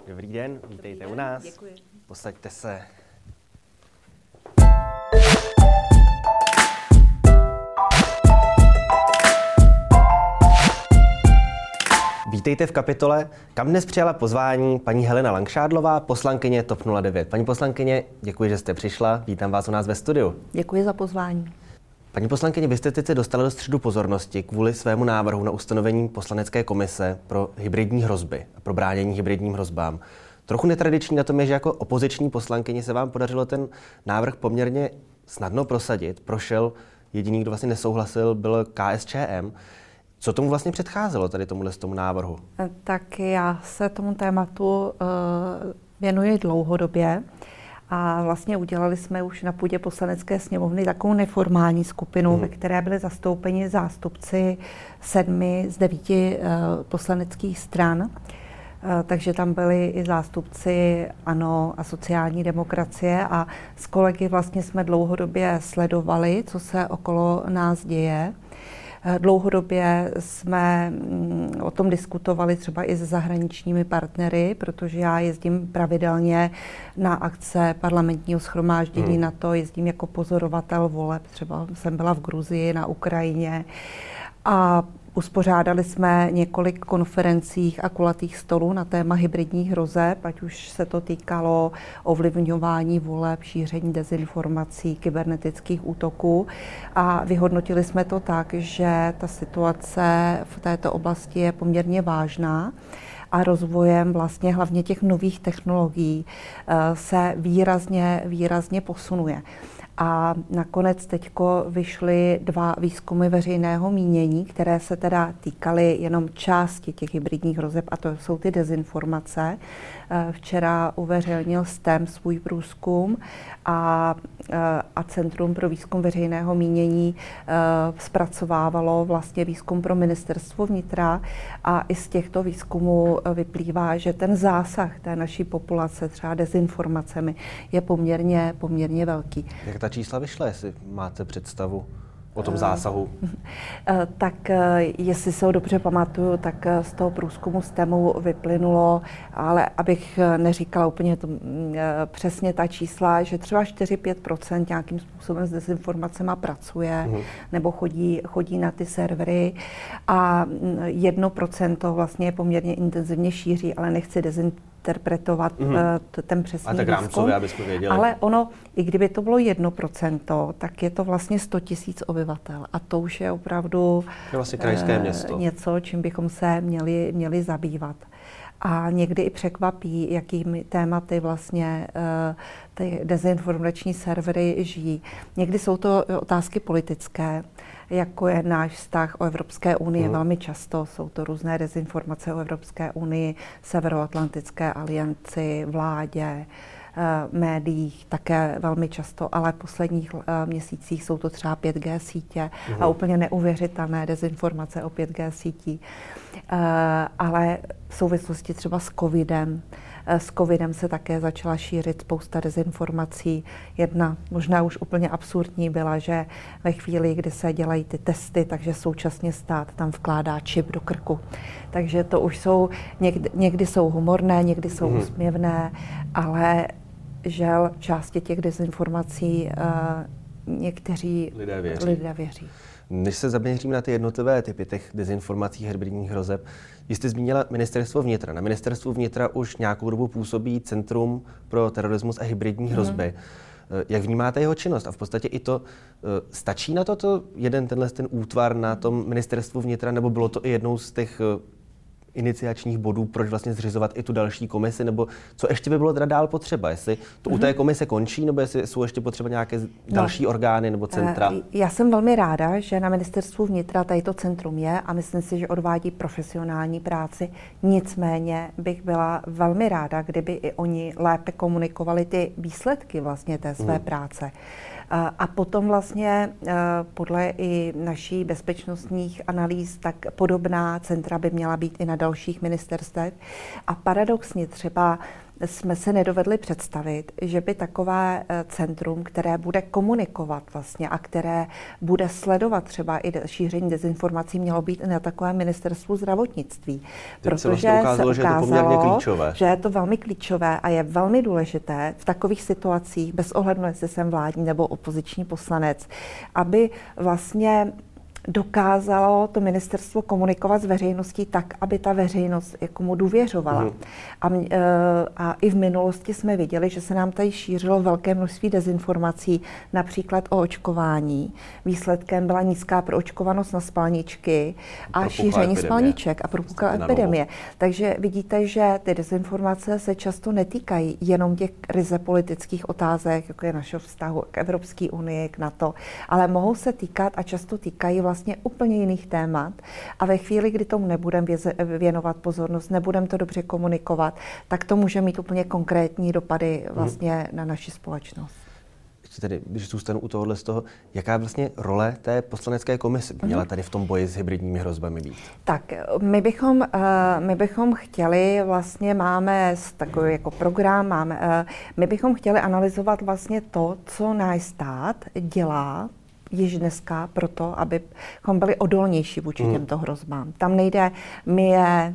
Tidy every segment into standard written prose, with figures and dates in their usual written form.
Dobrý den, vítejte u nás. Děkuji. Posaďte se. Vítejte v kapitole, kam dnes přijala pozvání paní Helena Langšádlová, poslankyně TOP 09. Paní poslankyně, děkuji, že jste přišla. Vítám vás u nás ve studiu. Děkuji za pozvání. Paní poslankyně, vy jste teď se dostala do středu pozornosti kvůli svému návrhu na ustanovení poslanecké komise pro hybridní hrozby a pro bránění hybridním hrozbám. Trochu netradiční na tom je, že jako opoziční poslankyni se vám podařilo ten návrh poměrně snadno prosadit. Prošel, jediný, kdo vlastně nesouhlasil, byl KSČM. Co tomu vlastně předcházelo, tady tomu návrhu? Tak já se tomu tématu věnuji dlouhodobě a vlastně udělali jsme už na půdě Poslanecké sněmovny takovou neformální skupinu, ve které byli zastoupeni zástupci 7 z 9 poslaneckých stran. Takže tam byli i zástupci ANO a sociální demokracie a s kolegy vlastně jsme dlouhodobě sledovali, co se okolo nás děje. Dlouhodobě jsme o tom diskutovali třeba i se zahraničními partnery, protože já jezdím pravidelně na akce parlamentního shromáždění NATO, jezdím jako pozorovatel voleb, třeba jsem byla v Gruzii, na Ukrajině a uspořádali jsme několik konferencí a kulatých stolů na téma hybridních hrozeb, ať už se to týkalo ovlivňování voleb, šíření dezinformací, kybernetických útoků. A vyhodnotili jsme to tak, že ta situace v této oblasti je poměrně vážná a rozvojem vlastně hlavně těch nových technologií se výrazně posunuje. A nakonec teďko vyšly 2 výzkumy veřejného mínění, které se teda týkaly jenom části těch hybridních hrozeb, a to jsou ty dezinformace. Včera uveřejnil STEM svůj průzkum a Centrum pro výzkum veřejného mínění zpracovávalo vlastně výzkum pro ministerstvo vnitra a i z těchto výzkumů vyplývá, že ten zásah té naší populace třeba dezinformacemi je poměrně velký. Jak ta čísla vyšla, jestli máte představu o tom zásahu? Tak jestli se ho dobře pamatuju, tak z toho průzkumu STEMu vyplynulo, ale abych neříkala úplně to, přesně ta čísla, že třeba 4-5% nějakým způsobem s dezinformacemi pracuje nebo chodí na ty servery a 1% vlastně je poměrně intenzivně šíří, ale nechci interpretovat ten přesný a tak rámcově, abychom věděli. Ale ono, i kdyby to bylo 1%, tak je to vlastně 100 000 obyvatel. A to už je opravdu vlastně krajské město. Něco, čím bychom se měli zabývat. A někdy i překvapí, jakými tématy vlastně ty dezinformační servery žijí. Někdy jsou to otázky politické, jako je náš vztah o Evropské unii. Velmi často jsou to různé dezinformace o Evropské unii, Severoatlantické alianci, vládě, médiích také velmi často, ale v posledních měsících jsou to třeba 5G sítě a úplně neuvěřitelné dezinformace o 5G sítí. Ale v souvislosti třeba s covidem. S covidem se také začala šířit spousta dezinformací. Jedna, možná už úplně absurdní, byla, že ve chvíli, kdy se dělají ty testy, takže současně stát tam vkládá čip do krku. Takže to už jsou, někdy jsou humorné, někdy jsou úsměvné, ale žel části těch dezinformací někteří lidé věří. Než se zaměříme na ty jednotlivé typy těch dezinformací, hybridních hrozeb, jste zmínila Ministerstvo vnitra. Na Ministerstvu vnitra už nějakou dobu působí Centrum pro terorismus a hybridní hrozby. Jak vnímáte jeho činnost? A v podstatě i to, stačí na to ten útvar na tom Ministerstvu vnitra, nebo bylo to i jednou z těch iniciačních bodů, proč vlastně zřizovat i tu další komisi, nebo co ještě by bylo teda dál potřeba, jestli to u té komise končí, nebo jestli jsou ještě potřeba nějaké další orgány nebo centra? Já jsem velmi ráda, že na Ministerstvu vnitra tady to centrum je a myslím si, že odvádí profesionální práci. Nicméně bych byla velmi ráda, kdyby i oni lépe komunikovali ty výsledky vlastně té své práce. A potom vlastně podle i naší bezpečnostních analýz, tak podobná centra by měla být i na dalších ministerstvech. A paradoxně třeba jsme se nedovedli představit, že by takové centrum, které bude komunikovat vlastně a které bude sledovat třeba i šíření dezinformací, mělo být i na takovém ministerstvu zdravotnictví. Protože se ukázalo, že je to poměrně klíčové. Že je to velmi klíčové a je velmi důležité v takových situacích, bez ohledu, jestli jsem vládní nebo opoziční poslanec, aby vlastně dokázalo to ministerstvo komunikovat s veřejností tak, aby ta veřejnost jako mu důvěřovala. A i v minulosti jsme viděli, že se nám tady šířilo velké množství dezinformací, například o očkování. Výsledkem byla nízká proočkovanost na spalničky a šíření spalniček a propukla epidemie. Takže vidíte, že ty dezinformace se často netýkají jenom těch ryze politických otázek, jako je našeho vztahu k Evropské unii, k NATO, ale mohou se týkat a často týkají vlastně úplně jiných témat a ve chvíli, kdy tomu nebudeme věnovat pozornost, nebudeme to dobře komunikovat, tak to může mít úplně konkrétní dopady vlastně na naši společnost. Ještě tedy, když zůstanu u tohohle z toho, jaká vlastně role té poslanecké komise měla tady v tom boji s hybridními hrozbami být? Tak, my bychom chtěli, vlastně máme takový jako program, my bychom chtěli analyzovat vlastně to, co náš stát dělá již dneska proto, abychom byli odolnější vůči těmto hrozbám. Tam nejde, my je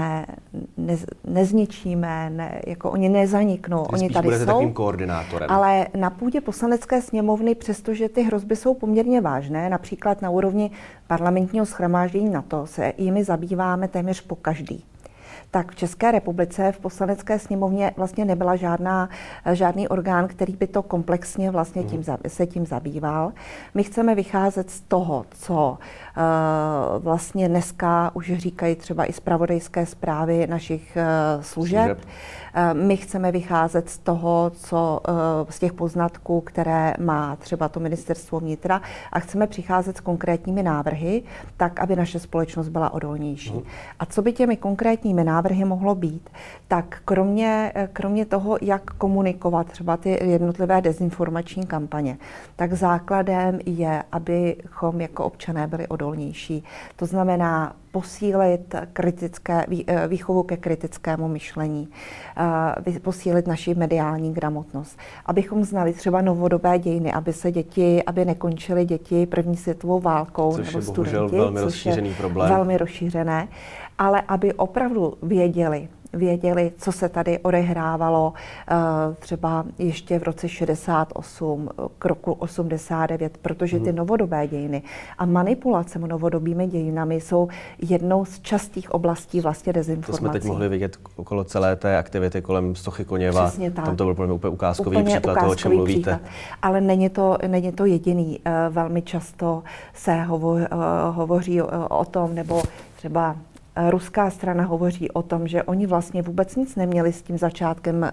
nezničíme, jako oni nezaniknou, oni tady jsou. Takovým koordinátorem. Ale na půdě Poslanecké sněmovny, přestože ty hrozby jsou poměrně vážné, například na úrovni parlamentního shromáždění NATO se jimi zabýváme téměř pokaždý. Tak v České republice v Poslanecké sněmovně vlastně nebyla žádný orgán, který by to komplexně vlastně se tím zabýval. My chceme vycházet z toho, co vlastně dneska už říkají třeba i zpravodajské zprávy našich služeb. My chceme vycházet z toho, z těch poznatků, které má třeba to ministerstvo vnitra a chceme přicházet s konkrétními návrhy, tak, aby naše společnost byla odolnější. A co by těmi konkrétními návrhy mohlo být? Tak kromě toho, jak komunikovat třeba ty jednotlivé dezinformační kampaně, tak základem je, abychom jako občané byli odolnější. To znamená posílit výchovu ke kritickému myšlení, posílit naši mediální gramotnost, abychom znali třeba novodobé dějiny, aby nekončily děti první světovou válkou což nebo studenti, bohužel velmi rozšířený problém. Velmi rozšířené, ale aby opravdu věděli, co se tady odehrávalo třeba ještě v roce 68, k roku 89, protože ty novodobé dějiny a manipulace novodobými dějinami jsou jednou z častých oblastí vlastně dezinformací. To jsme teď mohli vidět okolo celé té aktivity kolem Sochy Koněva. Přesně tak. Tam to byl úplně ukázkový příklad toho, o čem mluvíte. Příklad. Ale není to jediný. Velmi často se hovoří o tom, nebo třeba ruská strana hovoří o tom, že oni vlastně vůbec nic neměli s tím začátkem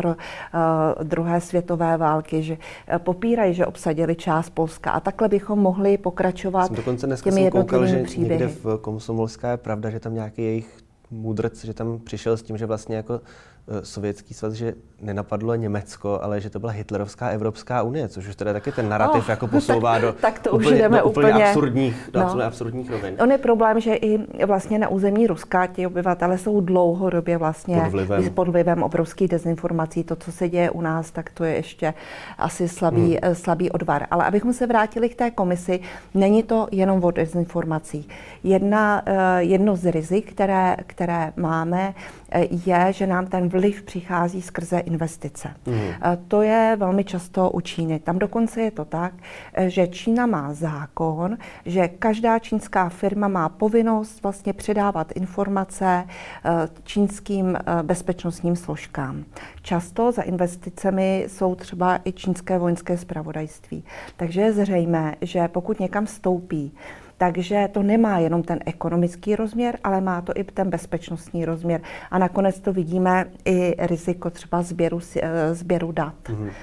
druhé světové války, že popírají, že obsadili část Polska a takhle bychom mohli pokračovat těmi jednotlivými příběhy. Někde v Komsomolská je pravda, že tam nějaký jejich můdrc, že tam přišel s tím, že vlastně jako Sovětský svaz, že nenapadlo Německo, ale že to byla hitlerovská Evropská unie, což už teda taky ten narrativ jako posouvá do úplně absurdních rovin. On je problém, že i vlastně na území Ruska ti obyvatele jsou dlouhodobě vlastně pod vlivem obrovských dezinformací. To, co se děje u nás, tak to je ještě asi slabý odvar. Ale abychom se vrátili k té komisi, není to jenom o dezinformacích. Jedno z rizik, které máme, je, že nám ten vliv přichází skrze investice. To je velmi často u Číny. Tam dokonce je to tak, že Čína má zákon, že každá čínská firma má povinnost vlastně předávat informace čínským bezpečnostním složkám. Často za investicemi jsou třeba i čínské vojenské zpravodajství. Takže je zřejmé, že pokud někam vstoupí, takže to nemá jenom ten ekonomický rozměr, ale má to i ten bezpečnostní rozměr. A nakonec to vidíme i riziko třeba sběru dat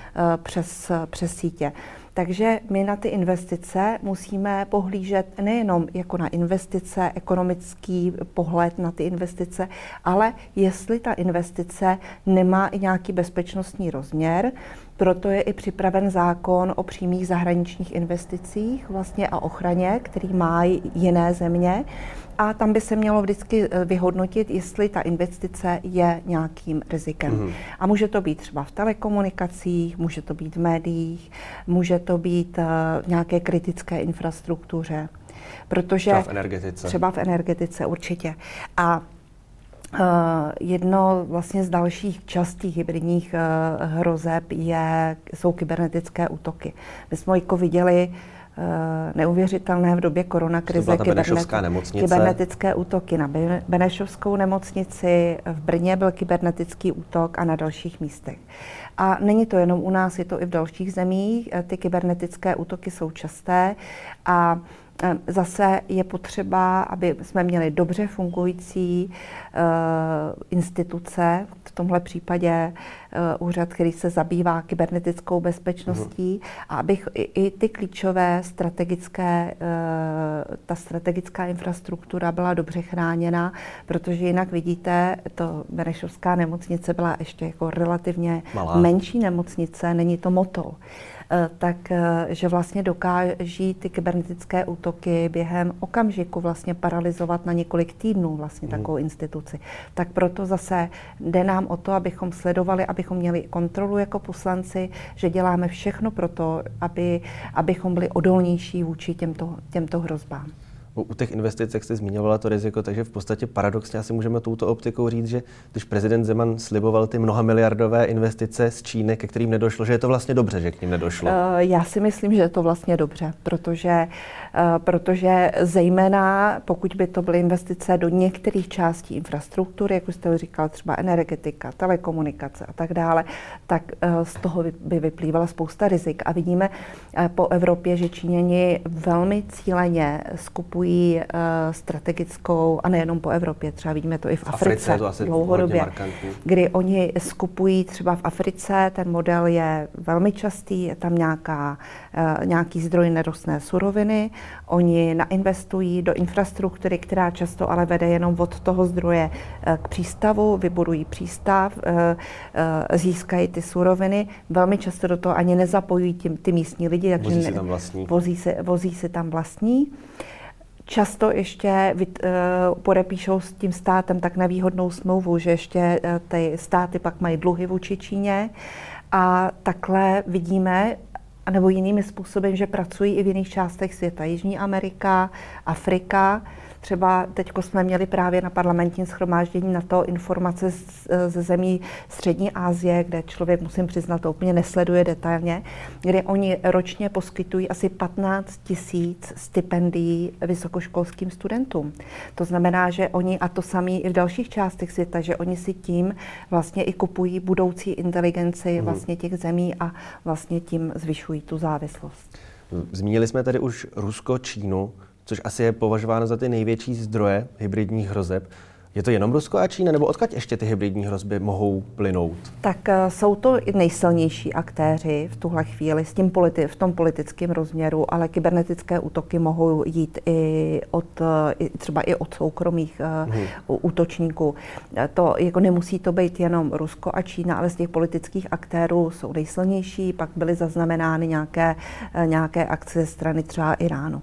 přes sítě. Takže my na ty investice musíme pohlížet nejenom jako na investice, ekonomický pohled na ty investice, ale jestli ta investice nemá i nějaký bezpečnostní rozměr, Proto je i připraven zákon o přímých zahraničních investicích vlastně a ochraně, který má jiné země. A tam by se mělo vždycky vyhodnotit, jestli ta investice je nějakým rizikem. A může to být třeba v telekomunikacích, může to být v médiích, může to být v nějaké kritické infrastruktuře. Protože třeba v energetice určitě. A jedno vlastně z dalších častých hybridních hrozeb jsou kybernetické útoky. My jsme jako viděli neuvěřitelné v době koronakrize kybernetické útoky na Benešovskou nemocnici, v Brně byl kybernetický útok a na dalších místech. A není to jenom u nás, je to i v dalších zemích. Ty kybernetické útoky jsou časté a zase je potřeba, aby jsme měli dobře fungující instituce, v tomhle případě úřad, který se zabývá kybernetickou bezpečností, a aby i ty klíčové ta strategická infrastruktura byla dobře chráněna, protože jinak vidíte, to Benešovská nemocnice byla ještě jako relativně menší nemocnice, není to Motol. Takže vlastně dokáží ty kybernetické útoky během okamžiku vlastně paralyzovat na několik týdnů vlastně takovou instituci. Tak proto zase jde nám o to, abychom sledovali, abychom měli kontrolu jako poslanci, že děláme všechno pro to, abychom byli odolnější vůči těmto hrozbám. U těch investic, jak jste zmiňovala to riziko, takže v podstatě paradoxně asi můžeme touto optikou říct, že když prezident Zeman sliboval ty mnohamiliardové investice z Číny, ke kterým nedošlo, že je to vlastně dobře, že k nim nedošlo? Já si myslím, že je to vlastně dobře, protože zejména pokud by to byly investice do některých částí infrastruktury, jak už jste říkal, třeba energetika, telekomunikace a tak dále, tak z toho by vyplývala spousta rizik. A vidíme po Evropě, že Číňani velmi cíleně skupují strategickou, a nejenom po Evropě, třeba vidíme to i v Africe dlouhodobě, kdy oni skupují třeba v Africe, ten model je velmi častý, je tam nějaký zdroj nerostné suroviny, oni nainvestují do infrastruktury, která často ale vede jenom od toho zdroje k přístavu, vybudují přístav, získají ty suroviny, velmi často do toho ani nezapojují ty místní lidi, takže vozí si tam vlastní. Často ještě podepíšou s tím státem tak nevýhodnou smlouvu, že ještě ty státy pak mají dluhy vůči Číně a takhle vidíme, anebo jinými způsoby, že pracují i v jiných částech světa. Jižní Amerika, Afrika. Třeba teď jsme měli právě na parlamentním shromáždění na to informace ze zemí Střední Asie, kde člověk, musím přiznat, to úplně nesleduje detailně, kde oni ročně poskytují asi 15 000 stipendií vysokoškolským studentům. To znamená, že oni, a to samý i v dalších částech světa, že oni si tím vlastně i kupují budoucí inteligenci vlastně těch zemí a vlastně tím zvyšují tu závislost. Zmínili jsme tady už Rusko, Čínu, což asi je považováno za ty největší zdroje hybridních hrozeb. Je to jenom Rusko a Čína, nebo odkud ještě ty hybridní hrozby mohou plynout? Tak jsou to i nejsilnější aktéři v tuhle chvíli v tom politickém rozměru, ale kybernetické útoky mohou jít třeba i od soukromých útočníků. To jako nemusí to být jenom Rusko a Čína, ale z těch politických aktérů jsou nejsilnější, pak byly zaznamenány nějaké akce ze strany třeba Iránu.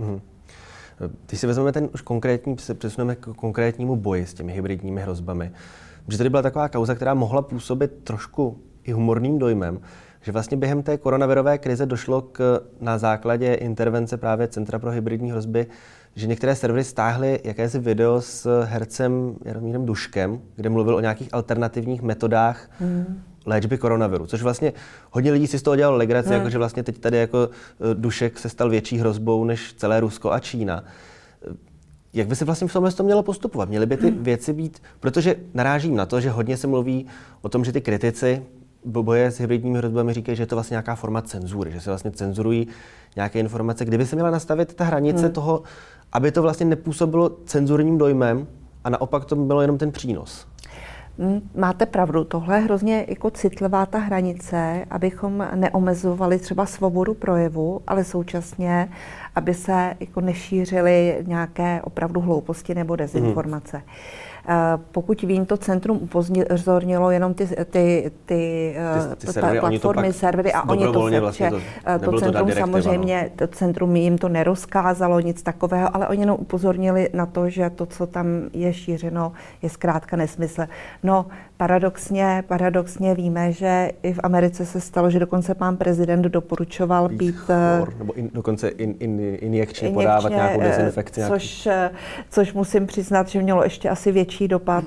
Když si vezmeme se přesuneme k konkrétnímu boji s těmi hybridními hrozbami, protože tady byla taková kauza, která mohla působit trošku i humorným dojmem, že vlastně během té koronavirové krize došlo na základě intervence právě Centra pro hybridní hrozby, že některé servery stáhly jakési video s hercem Jaromírem Duškem, kde mluvil o nějakých alternativních metodách léčby koronaviru, což vlastně hodně lidí si z toho dělalo legraci, jakože vlastně teď tady jako Dušek se stal větší hrozbou než celé Rusko a Čína. Jak by se vlastně v tomhle mělo postupovat? Měly by ty věci být, protože narážím na to, že hodně se mluví o tom, že ty kritici boje s hybridními hrozbami říkají, že je to vlastně nějaká forma cenzury, že se vlastně cenzurují nějaké informace. Kdyby se měla nastavit ta hranice toho, aby to vlastně nepůsobilo cenzurním dojmem a naopak to bylo jenom ten přínos? Máte pravdu, tohle je hrozně jako citlivá ta hranice, abychom neomezovali třeba svobodu projevu, ale současně, aby se jako nešířily nějaké opravdu hlouposti nebo dezinformace. Pokud vím, to centrum upozornilo jenom ty platformy, servery a oni to vlastně to centrum samozřejmě, to centrum jim to nerozkázalo, nic takového, ale oni jenom upozornili na to, že to, co tam je šířeno, je zkrátka nesmysl. No, paradoxně víme, že i v Americe se stalo, že dokonce pán prezident doporučoval být nebo dokonce injekčně podávat nějakou dezinfekci. Což musím přiznat, že mělo ještě asi větší dopad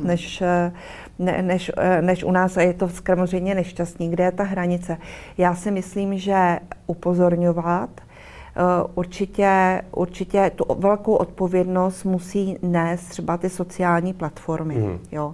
než u nás a je to samozřejmě nešťastný. Kde je ta hranice? Já si myslím, že upozorňovat určitě tu velkou odpovědnost musí nést třeba ty sociální platformy. Jo.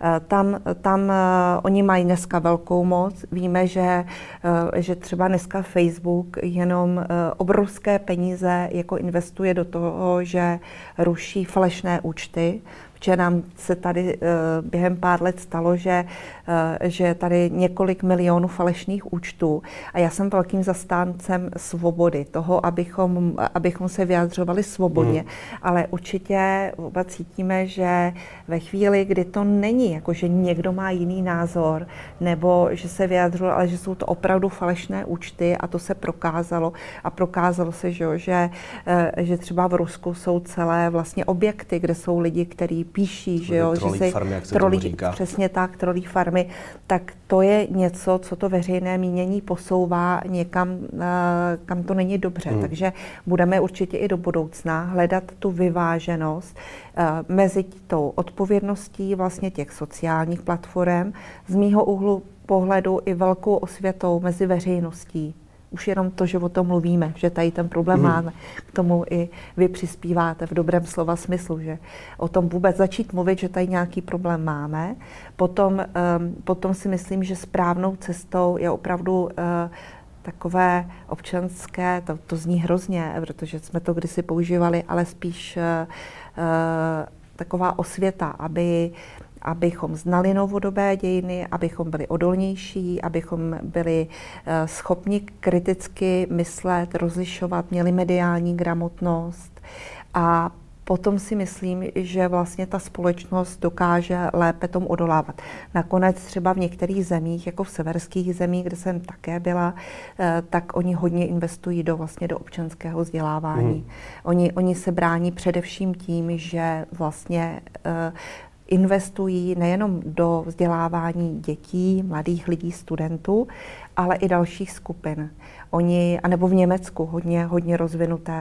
Tam oni mají dneska velkou moc. Víme, že třeba dneska Facebook jenom obrovské peníze jako investuje do toho, že ruší falešné účty. Protože nám se tady během pár let stalo, že tady několik milionů falešných účtů. A já jsem velkým zastáncem svobody, toho, abychom se vyjadřovali svobodně. Ale určitě vůbec cítíme, že ve chvíli, kdy to není, jako že někdo má jiný názor, nebo že se vyjadřuje, ale že jsou to opravdu falešné účty a to se prokázalo. A prokázalo se, že třeba v Rusku jsou celé vlastně objekty, kde jsou lidi, kteří píší, že si přesně tak, trolí farmy, tak to je něco, co to veřejné mínění posouvá někam, kam to není dobře. Takže budeme určitě i do budoucna hledat tu vyváženost mezi tou odpovědností vlastně těch sociálních platform, z mýho úhlu pohledu i velkou osvětou mezi veřejností. Už jenom to, že o tom mluvíme, že tady ten problém máme. K tomu i vy přispíváte v dobrém slova smyslu, že o tom vůbec začít mluvit, že tady nějaký problém máme. Potom si myslím, že správnou cestou je opravdu takové občanské, to zní hrozně, protože jsme to kdysi používali, ale spíš taková osvěta, abychom znali novodobé dějiny, abychom byli odolnější, abychom byli schopni kriticky myslet, rozlišovat, měli mediální gramotnost. A potom si myslím, že vlastně ta společnost dokáže lépe tomu odolávat. Nakonec třeba v některých zemích, jako v severských zemích, kde jsem také byla, tak oni hodně investují do občanského vzdělávání. Oni se brání především tím, že vlastně investují nejenom do vzdělávání dětí, mladých lidí, studentů, ale i dalších skupin. Anebo v Německu hodně rozvinuté.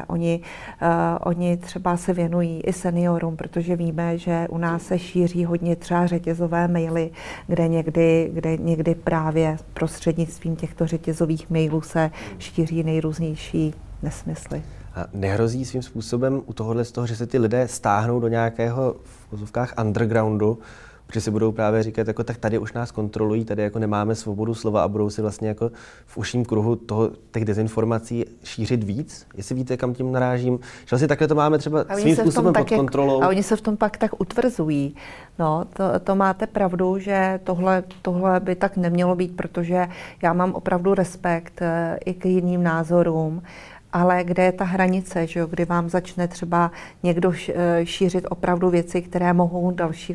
Oni třeba se věnují i seniorům, protože víme, že u nás se šíří hodně třeba řetězové maily, kde někdy právě prostřednictvím těchto řetězových mailů se šíří nejrůznější nesmysly. A nehrozí svým způsobem u tohohle z toho, že se ty lidé stáhnou do nějakého v uvozovkách undergroundu, protože si budou právě říkat, jako, tak tady už nás kontrolují, tady jako nemáme svobodu slova a budou si vlastně jako v užším kruhu těch dezinformací šířit víc? Jestli víte, kam tím narážím? Že vlastně takhle to máme třeba svým způsobem pod kontrolou. A oni se v tom pak tak utvrzují. No, to máte pravdu, že tohle by tak nemělo být, protože já mám opravdu respekt i k jiným názorům. Ale kde je ta hranice, že jo? Kdy vám začne třeba někdo šířit opravdu věci, které mohou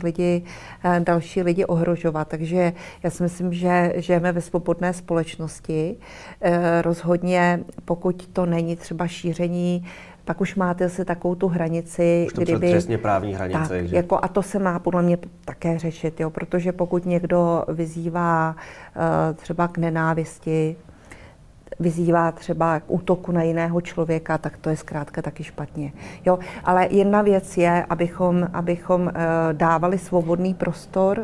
další lidi ohrožovat. Takže já si myslím, že žijeme ve svobodné společnosti. Rozhodně, pokud to není třeba šíření, pak už máte si takovou tu hranici, už to kdyby trestně právní hranice. Tak, jako, a to se má podle mě také řešit, jo? Protože pokud někdo vyzývá třeba k nenávisti, vyzývá třeba k útoku na jiného člověka, tak to je zkrátka taky špatně. Jo, ale jedna věc je, abychom dávali svobodný prostor,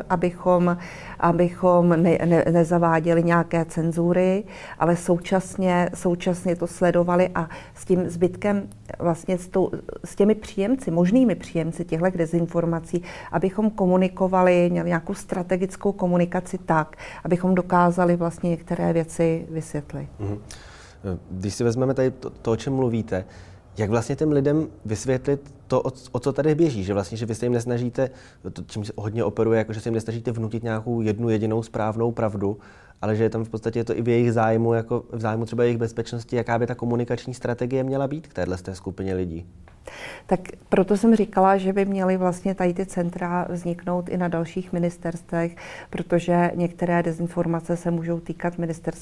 abychom nezaváděli nějaké cenzury, ale současně to sledovali a s tím zbytkem, vlastně s těmi příjemci, možnými příjemci těchto dezinformací, abychom komunikovali, měli nějakou strategickou komunikaci tak, abychom dokázali vlastně některé věci vysvětlit. Když si vezmeme tady to, o čem mluvíte, jak vlastně těm lidem vysvětlit to, o co tady běží, že vlastně, že vy se jim nesnažíte, to, čím se hodně operuje, jako že se jim nesnažíte vnutit nějakou jednu jedinou správnou pravdu, ale že je tam v podstatě to i v jejich zájmu, jako v zájmu třeba jejich bezpečnosti, jaká by ta komunikační strategie měla být k téhle skupině lidí? Tak proto jsem říkala, že by měly vlastně tady ty centra vzniknout i na dalších ministerstvech, protože některé dezinformace se můžou týkat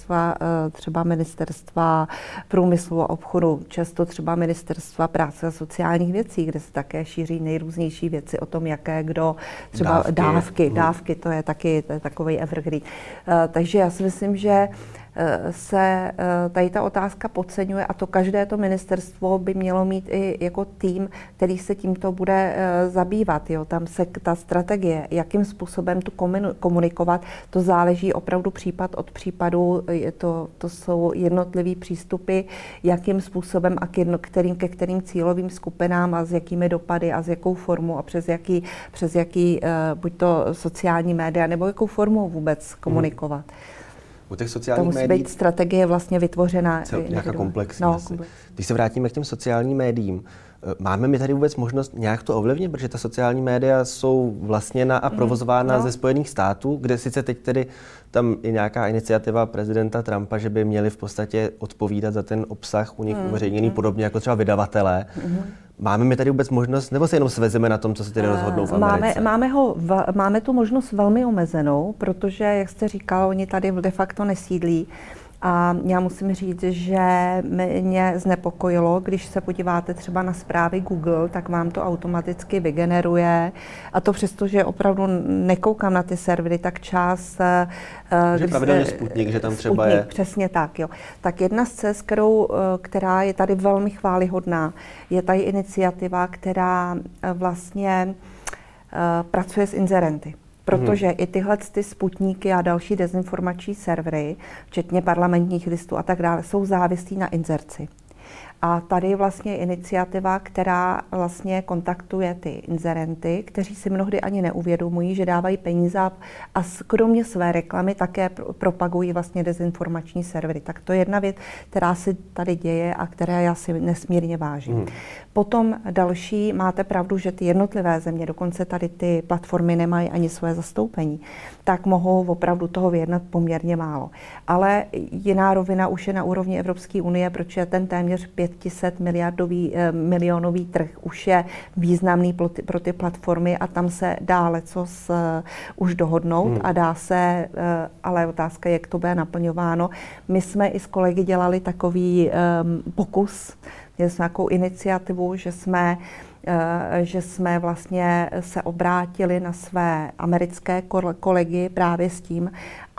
třeba ministerstva průmyslu a obchodu, často třeba ministerstva práce a sociálních věcí, kde se také šíří nejrůznější věci o tom, jaké kdo, třeba dávky, to je taky takový evergreen. Takže já si myslím, že se tady ta otázka podceňuje a to každé to ministerstvo by mělo mít i jako tým, který se tímto bude zabývat. Jo. Tam se ta strategie, jakým způsobem tu komunikovat, to záleží opravdu případ od případu. To jsou jednotlivý přístupy, jakým způsobem a ke kterým cílovým skupinám a s jakými dopady a s jakou formou a přes jaký buď to sociální média nebo jakou formou vůbec komunikovat. U těch sociálních médií být strategie vlastně vytvořená. Nějaká komplexní. Když se vrátíme k těm sociálním médiím, máme my tady vůbec možnost nějak to ovlivnit, protože ta sociální média jsou vlastněna a provozována ze Spojených států, kde sice teď tedy tam je nějaká iniciativa prezidenta Trumpa, že by měli v podstatě odpovídat za ten obsah u nich uveřejněný podobně jako třeba vydavatelé. Máme my tady vůbec možnost, nebo se jenom svezeme na tom, co se tedy rozhodnou v Americe? Máme tu možnost velmi omezenou, protože, jak jste říkal, oni tady de facto nesídlí. A já musím říct, že mě znepokojilo, když se podíváte třeba na zprávy Google, tak vám to automaticky vygeneruje. A to přesto, že opravdu nekoukám na ty servery, tak čas... Že pravidelně Sputnik, že tam třeba je... Přesně tak, jo. Tak jedna z cest, která je tady velmi chvályhodná, je tady iniciativa, která vlastně pracuje s inzerenty. Protože i tyhle Sputníky a další dezinformační servery, včetně parlamentních listů a tak dále, jsou závislí na inzerci. A tady je vlastně iniciativa, která vlastně kontaktuje ty inzerenty, kteří si mnohdy ani neuvědomují, že dávají peníze a kromě své reklamy také propagují vlastně dezinformační servery. Tak to je jedna věc, která se tady děje a které já si nesmírně vážím. Potom další, máte pravdu, že ty jednotlivé země, dokonce tady ty platformy nemají ani své zastoupení, tak mohou opravdu toho vyjednat poměrně málo. Ale jiná rovina už je na úrovni Evropské unie, protože ten téměř 500 milionový trh už je významný pro ty platformy a tam se dá lecos už dohodnout a dá se, ale otázka je, jak to bude naplňováno. My jsme i s kolegy dělali takový pokus, měli jsme nějakou iniciativu, že jsme vlastně se obrátili na své americké kolegy právě s tím,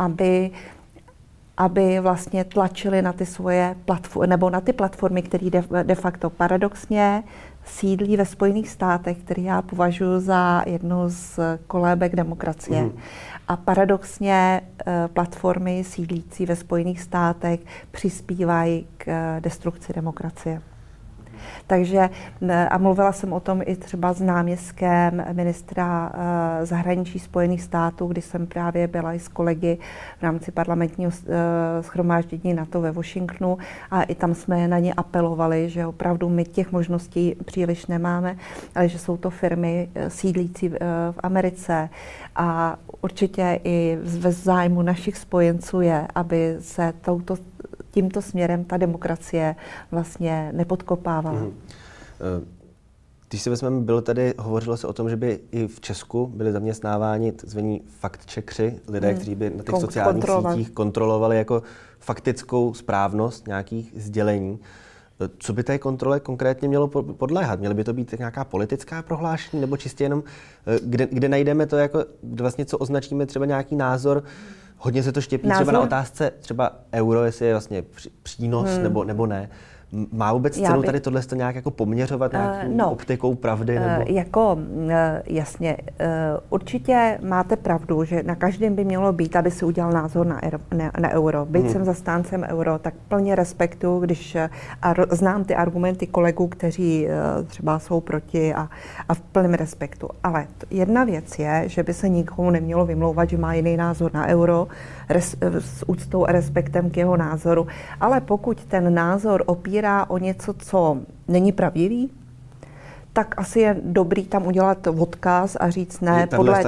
aby vlastně tlačili na ty svoje platformy, nebo na ty platformy, které de facto paradoxně sídlí ve Spojených státech, který já považuji za jednu z kolébek demokracie. A paradoxně platformy sídlící ve Spojených státech přispívají k destrukci demokracie. Takže, a mluvila jsem o tom i třeba s náměstkem ministra zahraničí Spojených států, kdy jsem právě byla i s kolegy v rámci parlamentního shromáždění NATO ve Washingtonu a i tam jsme na ně apelovali, že opravdu my těch možností příliš nemáme, ale že jsou to firmy sídlící v Americe a určitě i ve zájmu našich spojenců je, aby se tímto směrem ta demokracie vlastně nepodkopávala. Když si vezmeme, hovořilo se o tom, že by i v Česku byli zaměstnáváni tzv. Fact-checkři, lidé, kteří by na těch sociálních sítích kontrolovali jako faktickou správnost nějakých sdělení. Co by té kontrole konkrétně mělo podléhat? Měly by to být nějaká politická prohlášení nebo čistě jenom, kde najdeme to, jako vlastně co označíme třeba nějaký názor? Hodně se to štěpí třeba na otázce třeba euro, jestli je vlastně přínos nebo ne. Má vůbec cenu tady tohle nějak jako poměřovat nějakou optikou pravdy? Jasně. Určitě máte pravdu, že na každém by mělo být, aby si udělal názor na euro. Byť jsem zastáncem euro, tak plně respektuju, když znám ty argumenty kolegů, kteří třeba jsou proti a v plném respektu. Ale jedna věc je, že by se nikomu nemělo vymlouvat, že má jiný názor na euro, s úctou a respektem k jeho názoru. Ale pokud ten názor opírá o něco, co není pravdivý, tak asi je dobrý tam udělat odkaz a říct ne, podle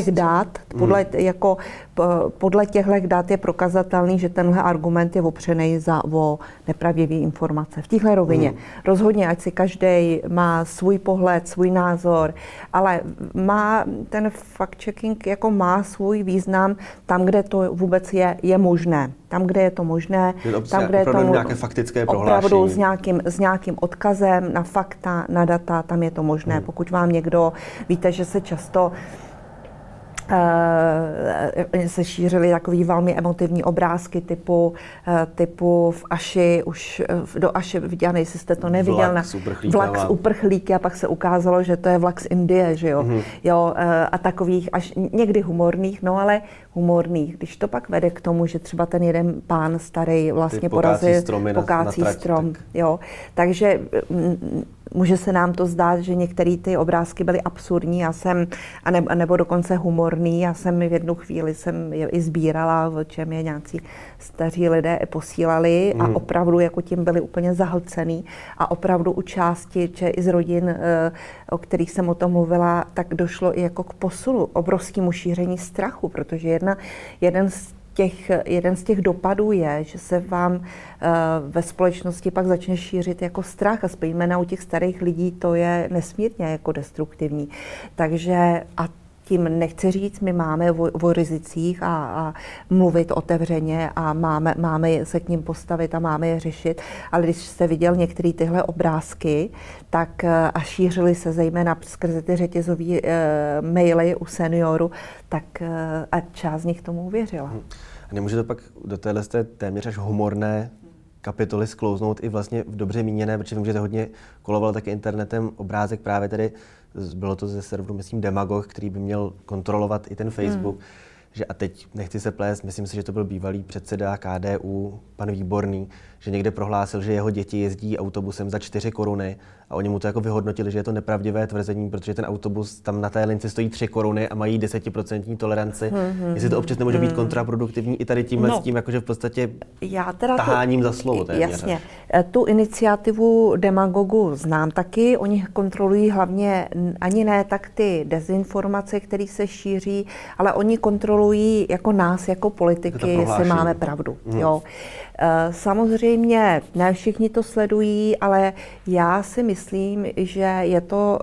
těchto dat je prokazatelný, že tenhle argument je opřený o nepravdivé informace. V téhle rovině. Rozhodně, ať si každý má svůj pohled, svůj názor, ale má ten fact-checking jako má svůj význam tam, kde to vůbec je možné. Tam, kde je to možné, tam, kde je to nějaké faktické opravdu s nějakým odkazem na fakta, na data, tam je to možné. Pokud vám někdo, víte, že se často se šířily takový velmi emotivní obrázky typu v Aši, už do Aše viděl, jestli jste to neviděl, vlak z uprchlíky a pak se ukázalo, že to je vlak z Indie, že jo. Jo, a takových až někdy humorných, no ale humorných. Když to pak vede k tomu, že třeba ten jeden pán starý vlastně porazil pokácí strom, tak. Jo. Takže může se nám to zdát, že některé ty obrázky byly absurdní, nebo dokonce humorný. Já jsem v jednu chvíli je i sbírala, o čem je nějací staří lidé posílali a opravdu jako tím byli úplně zahlcený a opravdu u části, že i z rodin, o kterých jsem o tom mluvila, tak došlo i jako k posunu, obrovskému šíření strachu, protože jeden z těch dopadů je, že se vám ve společnosti pak začne šířit jako strach a zejména u těch starých lidí to je nesmírně jako destruktivní. Takže a tím nechci říct, my máme o rizicích a mluvit otevřeně a máme se k nim postavit a máme je řešit, ale když jste viděl některé tyhle obrázky, tak a šířily se zejména skrze ty řetězové maily u seniorů, tak a část z nich tomu uvěřila. A nemůže to pak do téhle téměř až humorné kapitoly sklouznout i vlastně v dobře míněné, protože vím, že to hodně koloval taky internetem obrázek právě tedy, bylo to ze serveru, myslím, Demagog, který by měl kontrolovat i ten Facebook, že a teď nechci se plést, myslím si, že to byl bývalý předseda KDU, pan Výborný, že někde prohlásil, že jeho děti jezdí autobusem za 4 koruny a oni mu to jako vyhodnotili, že je to nepravdivé tvrzení, protože ten autobus tam na té lince stojí 3 koruny a mají 10% toleranci. Jestli to občas nemůže být kontraproduktivní i tady tímhle s tím, jakože v podstatě taháním za slovo. Jasně. Tu iniciativu Demagogu znám taky, oni kontrolují hlavně ani ne tak ty dezinformace, které se šíří, ale oni kontrolují jako nás, jako politiky, jestli máme pravdu. Jo. Samozřejmě ne všichni to sledují, ale já si myslím, že je to,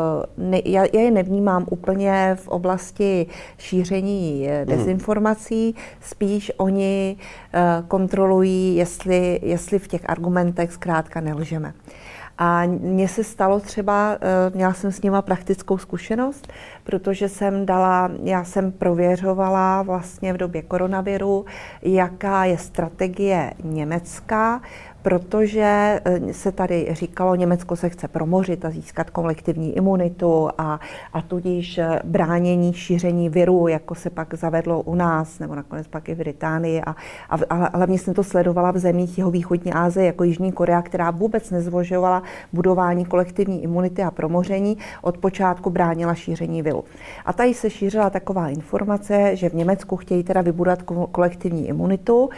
já je nevnímám úplně v oblasti šíření dezinformací, spíš oni kontrolují, jestli v těch argumentech zkrátka nelžeme. A mně se stalo třeba, měla jsem s nima praktickou zkušenost, protože já jsem prověřovala vlastně v době koronaviru, jaká je strategie Německa, protože se tady říkalo, Německo se chce promořit a získat kolektivní imunitu a tudíž bránění šíření viru, jako se pak zavedlo u nás, nebo nakonec pak i v Británii. A hlavně jsem to sledovala v zemích jihovýchodní Asie, jako Jižní Korea, která vůbec nezvažovala budování kolektivní imunity a promoření, od počátku bránila šíření viru. A tady se šířila taková informace, že v Německu chtějí teda vybudovat kolektivní imunitu,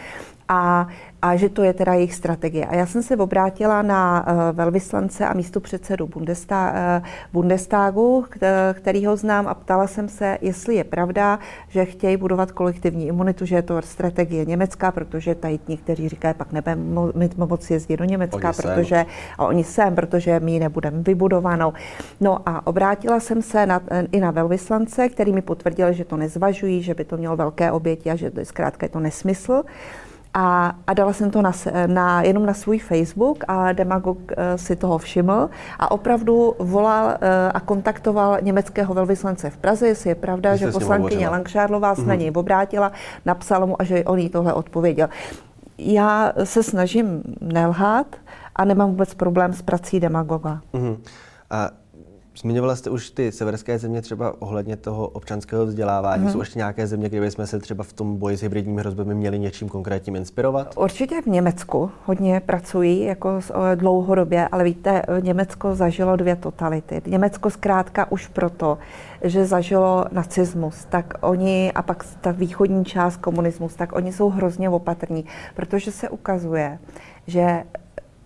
a že to je teda jejich strategie. A já jsem se obrátila na velvyslance a místopředsedu Bundestagu, kterýho znám, a ptala jsem se, jestli je pravda, že chtějí budovat kolektivní imunitu, že je to strategie německá, protože tady někteří říkají, pak nebudeme moci jezdit do Německa, protože my ji nebudeme vybudovanou. No a obrátila jsem se i na velvyslance, který mi potvrdil, že to nezvažují, že by to mělo velké oběti a že zkrátka je to nesmysl. A dala jsem to jenom na svůj Facebook a Demagog si toho všiml a opravdu volal a kontaktoval německého velvyslance v Praze, jestli je pravda, že poslankyně Langšádlová se na něj obrátila, napsala mu a že on jí tohle odpověděl. Já se snažím nelhat a nemám vůbec problém s prací Demagoga. A zmiňovala jste už ty severské země třeba ohledně toho občanského vzdělávání. Jsou ještě nějaké země, kde bychom se třeba v tom boji s hybridními hrozbami měli něčím konkrétním inspirovat? Určitě v Německu hodně pracují jako dlouhodobě, ale víte, Německo zažilo 2 totality. Německo zkrátka už proto, že zažilo nacismus, tak oni, a pak ta východní část komunismus, tak oni jsou hrozně opatrní, protože se ukazuje, že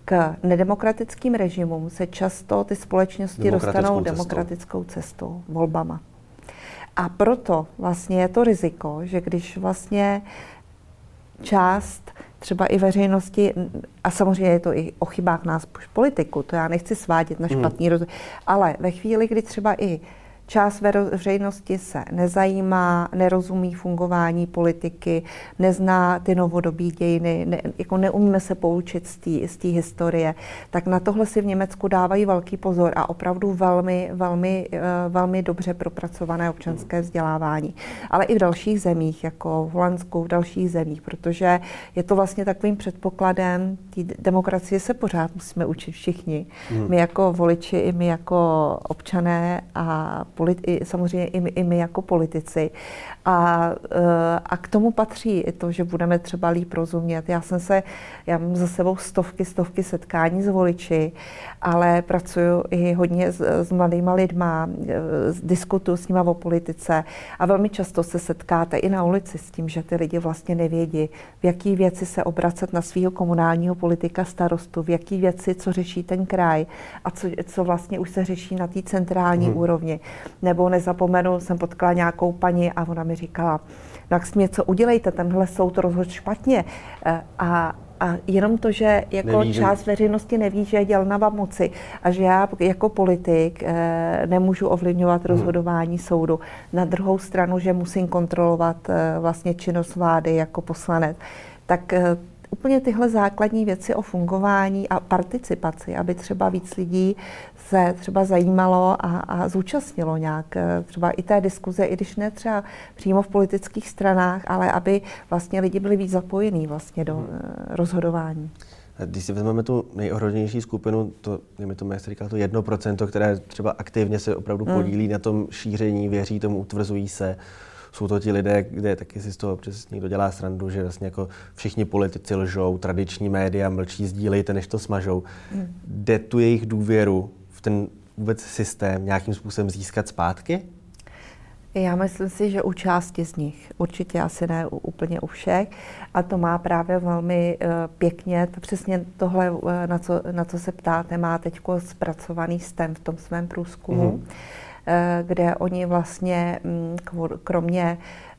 k nedemokratickým režimům se často ty společnosti dostanou demokratickou cestou, volbama. A proto vlastně je to riziko, že když vlastně část třeba i veřejnosti, a samozřejmě je to i o chybách nás politiků, to já nechci svádět na špatný rozvoj, ale ve chvíli, kdy třeba i část veřejnosti se nezajímá, nerozumí fungování politiky, nezná ty novodobí dějiny, neumíme se poučit z té historie, tak na tohle si v Německu dávají velký pozor a opravdu velmi dobře propracované občanské vzdělávání. Ale i v dalších zemích, jako v Holandsku, v dalších zemích, protože je to vlastně takovým předpokladem, té demokracie se pořád musíme učit všichni. My jako voliči, i my jako občané a samozřejmě i my jako politici. A k tomu patří i to, že budeme třeba líp rozumět. Já mám za sebou stovky setkání s voliči, ale pracuji i hodně s mladýma lidma, diskutuju s nima o politice a velmi často se setkáte i na ulici s tím, že ty lidi vlastně nevědí, v jaký věci se obracet na svého komunálního politika starostu, v jaký věci, co řeší ten kraj a co vlastně už se řeší na té centrální úrovni. Nebo nezapomenu, jsem potkala nějakou paní a ona mi říkala, tak s něco udělejte, tenhle soud rozhodl špatně. A jenom to, že jako část veřejnosti neví, že je dělna moci a že já jako politik nemůžu ovlivňovat rozhodování soudu. Na druhou stranu, že musím kontrolovat vlastně činnost vlády jako poslanec. Tak úplně tyhle základní věci o fungování a participaci, aby třeba víc lidí se třeba zajímalo a zúčastnilo nějak třeba i té diskuze, i když ne třeba přímo v politických stranách, ale aby vlastně lidi byli víc zapojení vlastně do rozhodování. Když si vezmeme tu nejohroženější skupinu, to, jak se říká, to 1%, které třeba aktivně se opravdu podílí na tom šíření, věří tomu, utvrzují se, jsou to ti lidé, kde taky si z toho občas někdo dělá srandu, že vlastně jako všichni politici lžou, tradiční média mlčí, sdílejte, než to smažou. Jde tu jejich důvěru v ten vůbec systém nějakým způsobem získat zpátky? Já myslím si, že u části z nich, určitě asi ne úplně u všech, a to má právě velmi pěkně, přesně tohle, na co se ptáte, má teď zpracovaný STEM v tom svém průzkumu, kde oni vlastně kromě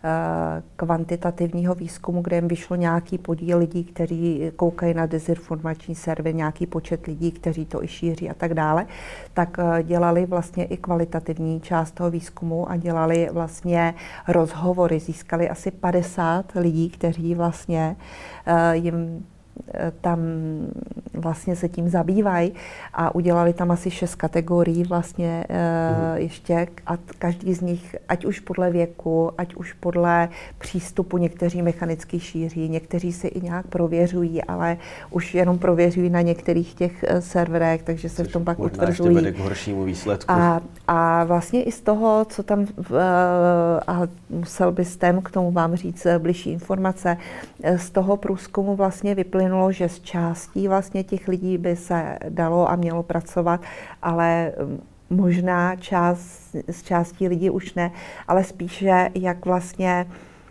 kvantitativního výzkumu, kde jim vyšlo nějaký podíl lidí, kteří koukají na dezinformační servery, nějaký počet lidí, kteří to i šíří a tak dále, tak dělali vlastně i kvalitativní část toho výzkumu a dělali vlastně rozhovory. Získali asi 50 lidí, kteří vlastně jim tam vlastně se tím zabývají a udělali tam asi 6 kategorií vlastně ještě a každý z nich, ať už podle věku, ať už podle přístupu, někteří mechanicky šíří, někteří si i nějak prověřují, ale už jenom prověřují na některých těch serverech, takže se v tom pak utvrzují. Ještě vede k horšímu výsledku. A vlastně i z toho, co tam, a musel by STEM k tomu vám říct bližší informace, z toho průzkumu vlastně vyplynulo, že z částí vlastně těch lidí by se dalo a mělo pracovat, ale možná z částí lidí už ne, ale spíše jak vlastně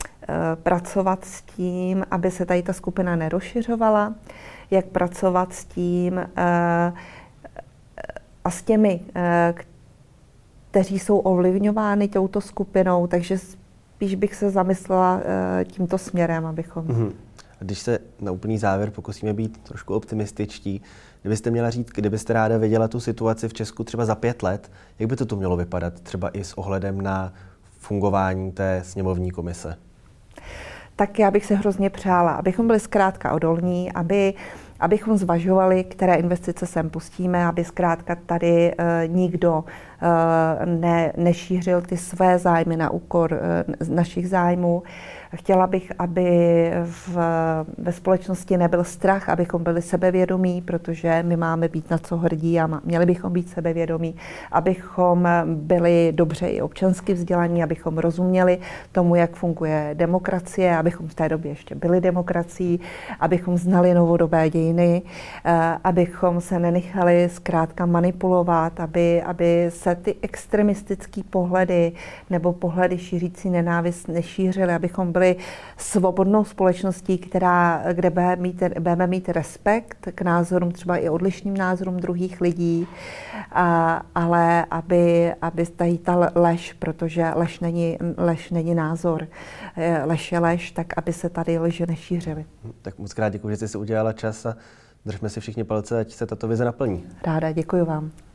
pracovat s tím, aby se tady ta skupina nerozšiřovala, jak pracovat s tím a s těmi, kteří jsou ovlivňovány touto skupinou, takže spíš bych se zamyslela tímto směrem, abychom... Když se na úplný závěr pokusíme být trošku optimističtí, kdybyste měla říct, kdybyste ráda viděla tu situaci v Česku třeba za 5 let, jak by to tu mělo vypadat, třeba i s ohledem na fungování té sněmovní komise? Tak já bych se hrozně přála, abychom byli zkrátka odolní, abychom zvažovali, které investice sem pustíme, aby zkrátka tady nikdo nešířil ty své zájmy na úkor našich zájmů. Chtěla bych, aby ve společnosti nebyl strach, abychom byli sebevědomí, protože my máme být na co hrdí a měli bychom být sebevědomí, abychom byli dobře i občansky vzdělaní, abychom rozuměli tomu, jak funguje demokracie, abychom v té době ještě byli demokracií, abychom znali novodobé dějiny, abychom se nenechali zkrátka manipulovat, aby se ty extremistické pohledy nebo pohledy šířící nenávist nešířily, abychom byli svobodnou společností, kde budeme mít respekt k názorům, třeba i odlišným názorům druhých lidí, ale aby tady ta lež, protože lež není názor, lež je lež, tak aby se tady lži nešířily. Tak moc krát děkuji, že jste si udělala čas a držme si všichni palce, ať se tato vize naplní. Ráda, děkuji vám.